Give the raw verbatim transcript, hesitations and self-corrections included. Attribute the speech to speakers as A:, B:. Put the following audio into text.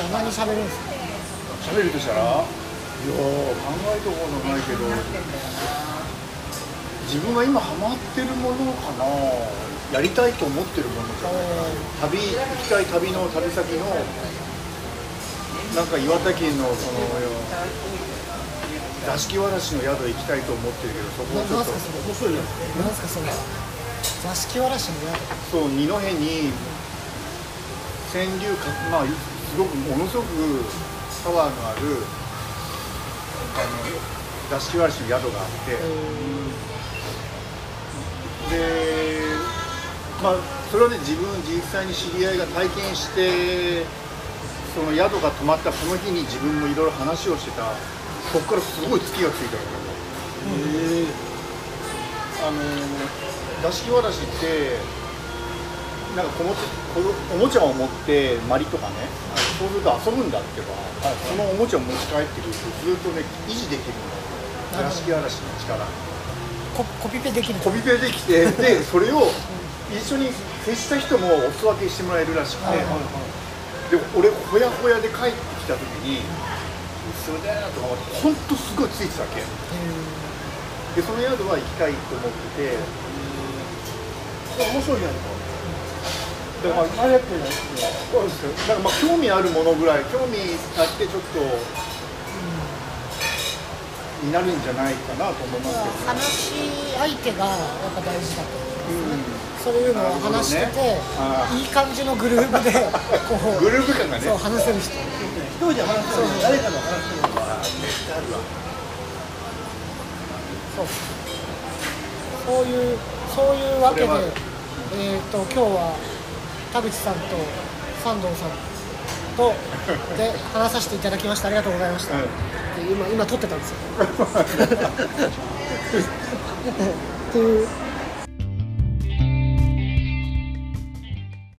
A: ら何喋るんですか？
B: 喋るとしたら、いやー考えたことないけど、自分が今ハマってるものかな、やりたいと思ってるものじゃないかな。旅行きたい旅の旅先のなんか岩手県のその座敷わらしの宿行きたいと思ってるけど、そこをちょっと面白いよ。
A: なんですかそれ？座敷わらしの宿。
B: そう、二戸に川柳か、まあすごくものすごくパワーのあるあの座敷わらしの宿があって、で、まあそれはね、自分実際に知り合いが体験して、その宿が泊まったその日に自分もいろいろ話をしてた。そこからすごい月がついたわけよ。へえ。あの座敷わらしってなんかこもちおもちゃを持ってまりとかね、そうすると遊ぶんだってば、はい、そのおもちゃを持ち帰ってくるとずっとね維持できるの。座敷わらしの力。
A: コ, コピペできる。
B: コピペできて、でそれを一緒に接した人もお裾分けしてもらえるらしくて、はいはいはい、で俺ほやほやで帰ってきた時にそれだなと思って、本当すごいついてたわけ。でその宿は行きたいと思ってて、面白いじゃないですか。だからまあ、あれやってないですね。そうですよ。だからまあ興味あるものぐらい、興味あってちょっと、うん、になるんじゃないかなと思いますけど、ね。
A: 話し相手がやっぱ大事だと思うんですね。うん、そういうのを話してて、ね、いい感じのグループでこう
B: グループ感がね、
A: そう話せる人。
C: 一人で話すのに誰かの話すのは絶対あるわ。
A: そうそういうそういうわけで、えーと今日は田口さんと三藤さんとで話させていただきました。ありがとうございました。うん、今今撮ってたんですよ。っていう。